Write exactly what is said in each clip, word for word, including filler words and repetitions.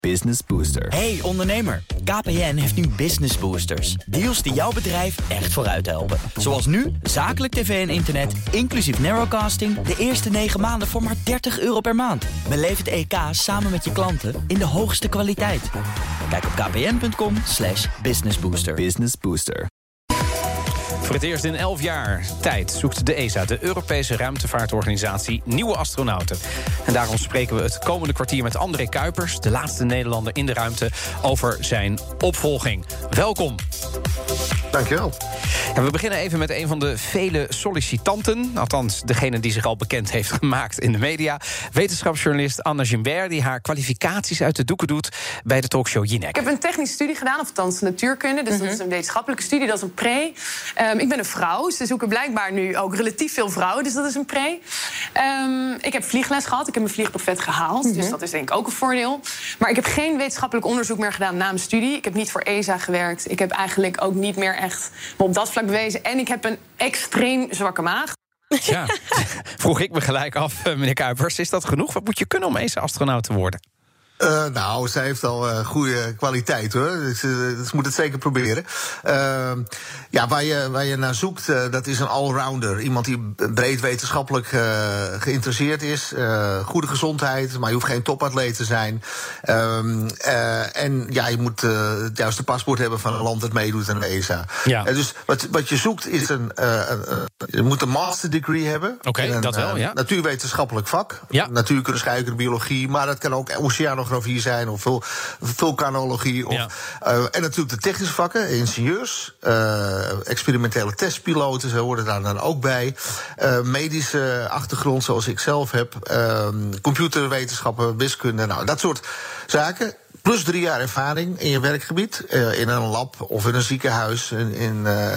Business Booster. Hey ondernemer, K P N heeft nu Business Boosters. Deals die jouw bedrijf echt vooruit helpen. Zoals nu, zakelijk tv en internet, inclusief narrowcasting... de eerste negen maanden voor maar dertig euro per maand. Beleef het E K samen met je klanten in de hoogste kwaliteit. Kijk op kpn.com slash businessbooster. Business Booster. Voor het eerst in elf jaar tijd zoekt de E S A, de Europese ruimtevaartorganisatie, nieuwe astronauten. En daarom spreken we het komende kwartier met André Kuipers, de laatste Nederlander in de ruimte, over zijn opvolging. Welkom. Dankjewel. Ja, we beginnen even met een van de vele sollicitanten. Althans, degene die zich al bekend heeft gemaakt in de media. Wetenschapsjournalist Anna Gimbert, die haar kwalificaties uit de doeken doet bij de talkshow Jinek. Ik heb een technische studie gedaan, of althans natuurkunde. Dus mm-hmm. dat is een wetenschappelijke studie, dat is een pre. Um, ik ben een vrouw, ze zoeken blijkbaar nu ook relatief veel vrouwen. Dus dat is een pre. Um, ik heb vliegles gehad, ik heb mijn vliegbuffet gehaald. Mm-hmm. Dus dat is denk ik ook een voordeel. Maar ik heb geen wetenschappelijk onderzoek meer gedaan na mijn studie. Ik heb niet voor E S A gewerkt. Ik heb eigenlijk ook niet meer echt me op dat vlak bewezen. En ik heb een extreem zwakke maag. Ja, vroeg ik me gelijk af, meneer Kuipers. Is dat genoeg? Wat moet je kunnen om E S A-astronaut te worden? Uh, nou, zij heeft al uh, goede kwaliteit, hoor. Dus, uh, dus moet het zeker proberen. Uh, ja, waar je, waar je naar zoekt, uh, dat is een allrounder. Iemand die breed wetenschappelijk uh, geïnteresseerd is. Uh, goede gezondheid, maar je hoeft geen topatleet te zijn. Um, uh, en ja, je moet uh, het juiste paspoort hebben van een land dat meedoet aan de E S A. Ja. Uh, dus wat, wat je zoekt is een... Uh, uh, je moet een master degree hebben. Oké, okay, dat wel, ja. Uh, natuurwetenschappelijk vak. Ja. Natuurkunde, scheikunde, biologie. Maar dat kan ook oceanografie zijn, of vul, vulkanologie. Of, ja. uh, en natuurlijk de technische vakken, ingenieurs, uh, experimentele testpiloten, ze horen daar dan ook bij. Uh, medische achtergrond, zoals ik zelf heb. Uh, computerwetenschappen, wiskunde, nou, dat soort zaken. Plus drie jaar ervaring in je werkgebied, uh, in een lab of in een ziekenhuis. In, in, uh,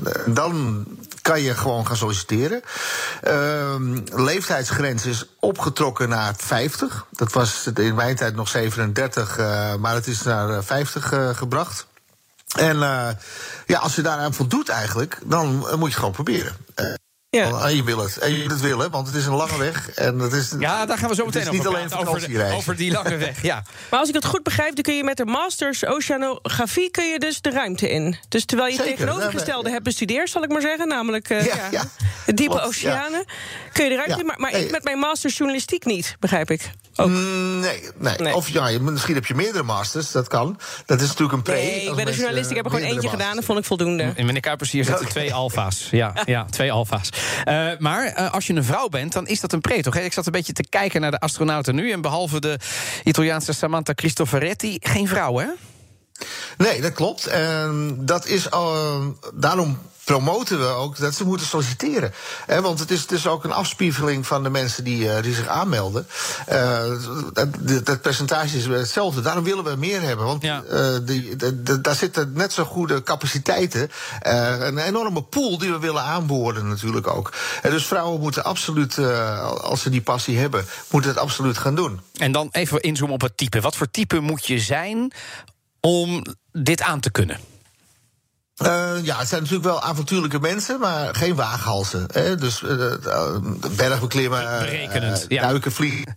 dan kan je gewoon gaan solliciteren. Uh, leeftijdsgrens is opgetrokken naar vijftig. Dat was in mijn tijd nog zevenendertig, uh, maar het is naar vijftig uh, gebracht. En uh, ja, als je daaraan voldoet eigenlijk, dan moet je gewoon proberen. Uh, Ja. En je wil het. En je moet het willen, want het is een lange weg. En het is, ja, daar gaan we zo meteen over praten, over, de, over die lange weg. Ja. Maar als ik het goed begrijp, dan kun je met de Masters Oceanografie kun je dus de ruimte in. Dus terwijl je het tegenovergestelde hebt bestudeerd, zal ik maar zeggen, namelijk uh, ja, ja, de diepe Klopt, oceanen, ja. kun je de ruimte ja. in. Maar, maar hey. ik met mijn Masters Journalistiek niet, begrijp ik. Ook. Mm, nee, nee, nee. Of ja, je, misschien heb je meerdere masters, dat kan. Dat is natuurlijk een pre. Nee, ik ben een journalist, ik heb er gewoon eentje masters. gedaan, dat vond ik voldoende. En meneer Kuipers, hier zitten twee alfa's. Ja, ja, twee alfa's. Uh, maar uh, als je een vrouw bent, dan is dat een pre, toch? Ik zat een beetje te kijken naar de astronauten nu, en behalve de Italiaanse Samantha Cristoforetti, geen vrouw, hè? Nee, dat klopt. En dat is uh, daarom promoten we ook dat ze moeten solliciteren. He, want het is, het is ook een afspiegeling van de mensen die, uh, die zich aanmelden. Uh, dat, dat percentage is hetzelfde. Daarom willen we meer hebben. Want ja. uh, die, de, de, daar zitten net zo goede capaciteiten. Uh, een enorme pool die we willen aanboren natuurlijk ook. En dus vrouwen moeten absoluut, uh, als ze die passie hebben, moeten het absoluut gaan doen. En dan even inzoomen op het type. Wat voor type moet je zijn om dit aan te kunnen? Uh, ja, het zijn natuurlijk wel avontuurlijke mensen, maar geen waaghalsen. Hè? Dus uh, uh, bergbeklimmen, berekenend, uh, ja. duiken, vliegen.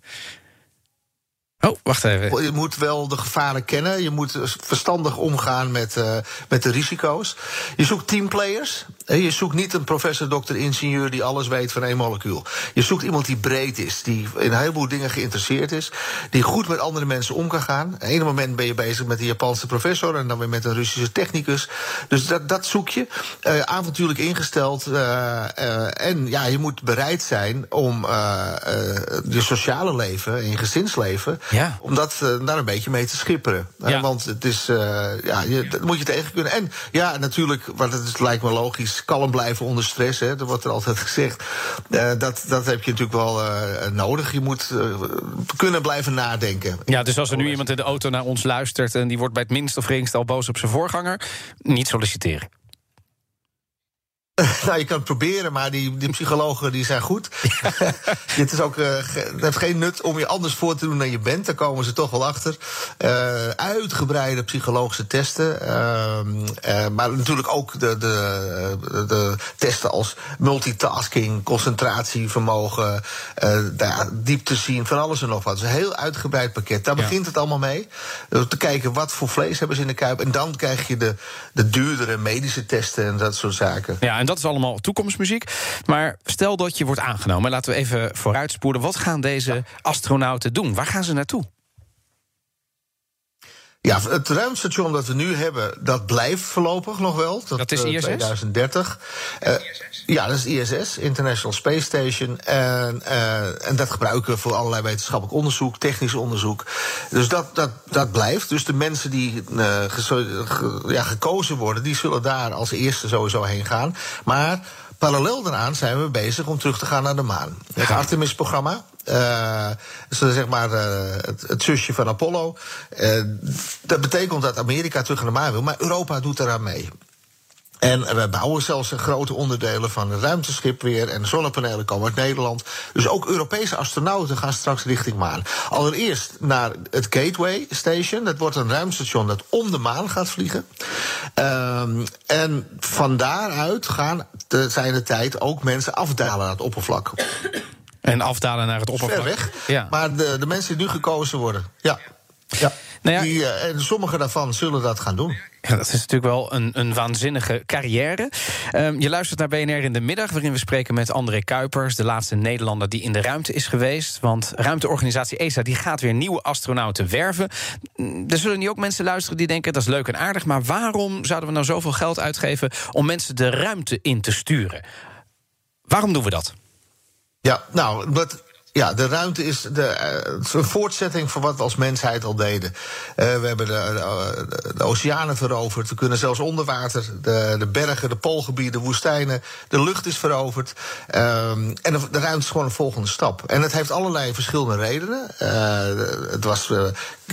Oh, wacht even. Je moet wel de gevaren kennen. Je moet verstandig omgaan met, uh, met de risico's. Je zoekt teamplayers. Je zoekt niet een professor, dokter, ingenieur die alles weet van één molecuul. Je zoekt iemand die breed is, die in een heleboel dingen geïnteresseerd is, die goed met andere mensen om kan gaan. Op een moment ben je bezig met een Japanse professor en dan weer met een Russische technicus. Dus dat, dat zoek je. Uh, avontuurlijk ingesteld. Uh, uh, en ja, je moet bereid zijn om uh, uh, je sociale leven en je gezinsleven, ja. om dat uh, daar een beetje mee te schipperen. Ja. Uh, want het is, uh, ja, je, dat moet je tegen kunnen. En ja, natuurlijk, want het is, lijkt me logisch, kalm blijven onder stress, hè, dat wordt er altijd gezegd. Uh, dat, dat heb je natuurlijk wel uh, nodig. Je moet uh, kunnen blijven nadenken. Ja, dus als er nu iemand in de auto naar ons luistert en die wordt bij het minst of geringste al boos op zijn voorganger, niet solliciteren. Nou, je kan het proberen, maar die, die psychologen die zijn goed. Het is ook, uh, het heeft geen nut om je anders voor te doen dan je bent. Daar komen ze toch wel achter. Uh, uitgebreide psychologische testen. Uh, uh, maar natuurlijk ook de, de, de testen als multitasking, concentratievermogen, uh, ja, diepte zien, van alles en nog wat. Het is een heel uitgebreid pakket. Daar ja. begint het allemaal mee. Uh, te kijken wat voor vlees hebben ze in de kuip. En dan krijg je de, de duurdere medische testen en dat soort zaken. Ja, en dat is allemaal toekomstmuziek. Maar stel dat je wordt aangenomen. Laten we even vooruitspoelen. Wat gaan deze ja. astronauten doen? Waar gaan ze naartoe? Ja, het ruimtestation dat we nu hebben, dat blijft voorlopig nog wel. Dat, dat is I S S? twintig dertig. Uh, ja, dat is I S S, International Space Station. En, uh, en dat gebruiken we voor allerlei wetenschappelijk onderzoek, technisch onderzoek. Dus dat, dat, dat blijft. Dus de mensen die uh, geso- ge- ja, gekozen worden, die zullen daar als eerste sowieso heen gaan. Maar parallel daaraan zijn we bezig om terug te gaan naar de maan. Het Artemis-programma. Uh, dus zeg maar uh, het, het zusje van Apollo. Uh, dat betekent dat Amerika terug naar de maan wil, maar Europa doet eraan mee. En we bouwen zelfs grote onderdelen van het ruimteschip weer. En de zonnepanelen komen uit Nederland. Dus ook Europese astronauten gaan straks richting maan. Allereerst naar het Gateway Station. Dat wordt een ruimtestation dat om de maan gaat vliegen. Um, en van daaruit gaan de, zijn de tijd ook mensen afdalen naar het oppervlak. En afdalen naar het oppervlak. Ver weg, ja. Maar de, de mensen die nu gekozen worden, ja. Ja. Nou ja, die, uh, en sommige daarvan zullen dat gaan doen. Ja, dat is natuurlijk wel een, een waanzinnige carrière. Um, je luistert naar B N R in de middag, waarin we spreken met André Kuipers, de laatste Nederlander die in de ruimte is geweest. Want ruimteorganisatie E S A die gaat weer nieuwe astronauten werven. Er zullen nu ook mensen luisteren die denken, dat is leuk en aardig, maar waarom zouden we nou zoveel geld uitgeven om mensen de ruimte in te sturen? Waarom doen we dat? Ja, nou, wat... Ja, de ruimte is de, uh, een voortzetting van wat we als mensheid al deden. Uh, we hebben de, de, de oceanen veroverd. We kunnen zelfs onder water. De, de bergen, de poolgebieden, de woestijnen. De lucht is veroverd. Um, en de, de ruimte is gewoon een volgende stap. En het heeft allerlei verschillende redenen. Uh, het was... Uh,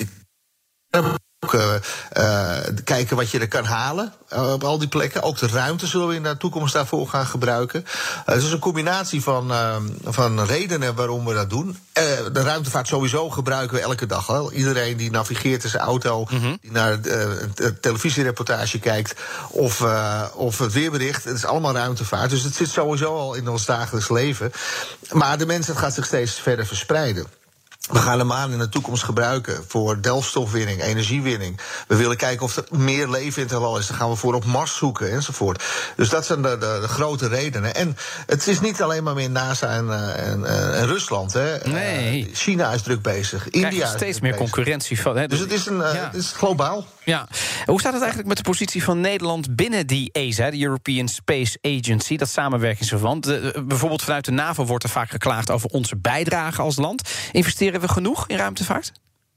Ook uh, uh, kijken wat je er kan halen uh, op al die plekken. Ook de ruimte zullen we in de toekomst daarvoor gaan gebruiken. Uh, het is een combinatie van, uh, van redenen waarom we dat doen. Uh, de ruimtevaart sowieso gebruiken we elke dag al. Iedereen die navigeert in zijn auto, mm-hmm. die naar uh, een televisiereportage kijkt of, uh, of het weerbericht. Het is allemaal ruimtevaart. Dus het zit sowieso al in ons dagelijks leven. Maar de mensheid gaat zich steeds verder verspreiden. We gaan de maan in de toekomst gebruiken voor delfstofwinning, energiewinning. We willen kijken of er meer leven in het heelal is. Dan gaan we voor op Mars zoeken enzovoort. Dus dat zijn de, de, de grote redenen. En het is niet alleen maar meer NASA en, en, en Rusland. Hè. Nee. Uh, China is druk bezig. India is steeds steeds meer bezig. concurrentie van. Hè, dus het is, een, uh, ja. het is globaal. Ja. Hoe staat het eigenlijk met de positie van Nederland binnen die E S A, de European Space Agency, dat samenwerkingsverband? De, bijvoorbeeld vanuit de NAVO wordt er vaak geklaagd over onze bijdrage als land. Investeren we genoeg in ruimtevaart?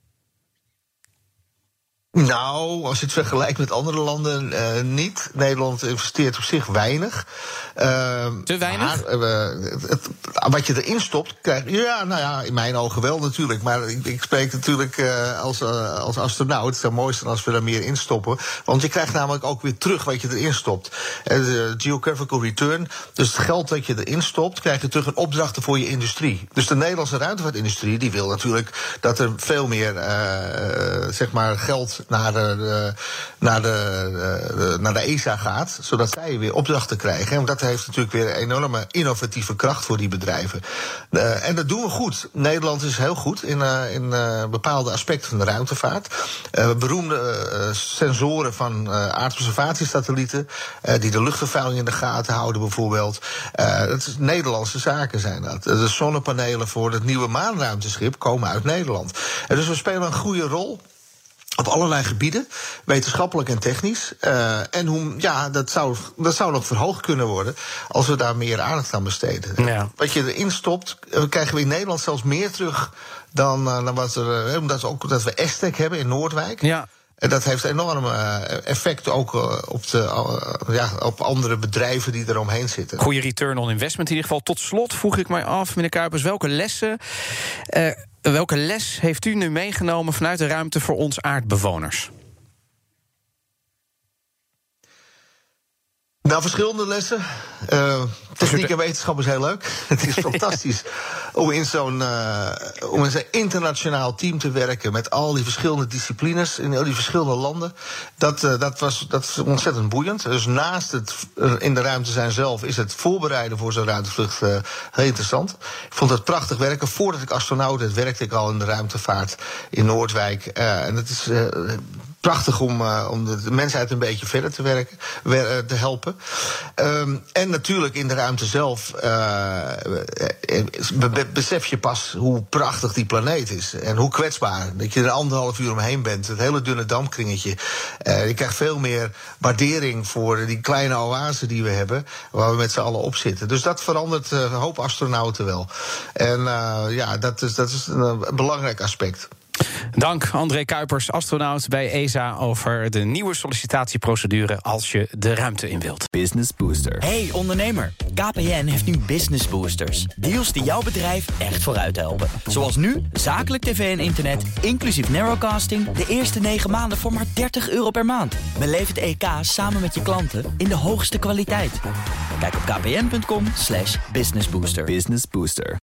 Nou, als je het vergelijkt met andere landen, uh, niet. Nederland investeert op zich weinig. Uh, Te weinig? Maar, uh, het, het, wat je erin stopt, krijg je... Ja, nou ja, in mijn ogen wel natuurlijk. Maar ik, ik spreek natuurlijk uh, als, uh, als astronaut. Het zou mooi zijn als we er meer in stoppen. Want je krijgt namelijk ook weer terug wat je erin stopt. Uh, de geographical return. Dus het geld dat je erin stopt, krijg je terug in opdrachten voor je industrie. Dus de Nederlandse ruimtevaartindustrie die wil natuurlijk dat er veel meer uh, zeg maar geld naar de, de, naar, de, de, naar de E S A gaat, zodat zij weer opdrachten krijgen. En dat heeft natuurlijk weer een enorme innovatieve kracht voor die bedrijven. Uh, en dat doen we goed. Nederland is heel goed in, uh, in uh, bepaalde aspecten van de ruimtevaart. Uh, beroemde uh, sensoren van uh, aardobservatiesatellieten, uh, die de luchtvervuiling in de gaten houden bijvoorbeeld. Uh, dat is Nederlandse zaken zijn dat. De zonnepanelen voor het nieuwe maanruimteschip komen uit Nederland. Uh, dus we spelen een goede rol op allerlei gebieden, wetenschappelijk en technisch. Uh, en hoe, ja, dat zou, dat zou nog verhoogd kunnen worden als we daar meer aandacht aan besteden. Ja. Wat je erin stopt, krijgen we in Nederland zelfs meer terug dan, uh, dan wat er. Uh, omdat we ook dat we Aztec hebben in Noordwijk. Ja. En dat heeft enorm uh, effect ook uh, op, de, uh, ja, op andere bedrijven die eromheen zitten. Goede return on investment in ieder geval. Tot slot vroeg ik mij af, meneer Kuipers, welke lessen... Uh, welke les heeft u nu meegenomen vanuit de ruimte voor ons aardbewoners? Nou, verschillende lessen. Uh, techniek en wetenschap is heel leuk. Het is fantastisch om in zo'n uh, om in zo'n internationaal team te werken met al die verschillende disciplines in al die verschillende landen. Dat, uh, dat, was, dat is ontzettend boeiend. Dus naast het in de ruimte zijn zelf is het voorbereiden voor zo'n ruimtevlucht uh, heel interessant. Ik vond het prachtig werken. Voordat ik astronaut werd, werkte ik al in de ruimtevaart in Noordwijk. Uh, en het is uh, prachtig om, uh, om de mensheid een beetje verder te werken, wer, te helpen. Um, en natuurlijk in de ruimte zelf uh, be- besef je pas hoe prachtig die planeet is. En hoe kwetsbaar. Dat je er anderhalf uur omheen bent. Het hele dunne dampkringetje. Uh, je krijgt veel meer waardering voor die kleine oase die we hebben, waar we met z'n allen op zitten. Dus dat verandert uh, een hoop astronauten wel. En uh, ja, dat is, dat is een, een belangrijk aspect. Dank, André Kuipers, astronaut bij E S A... over de nieuwe sollicitatieprocedure als je de ruimte in wilt. Business Booster. Hey ondernemer, K P N heeft nu Business Boosters. Deals die jouw bedrijf echt vooruit helpen. Zoals nu, zakelijk tv en internet, inclusief narrowcasting... de eerste negen maanden voor maar dertig euro per maand. Beleef het E K samen met je klanten in de hoogste kwaliteit. Kijk op kpn punt com slash businessbooster. Business Booster.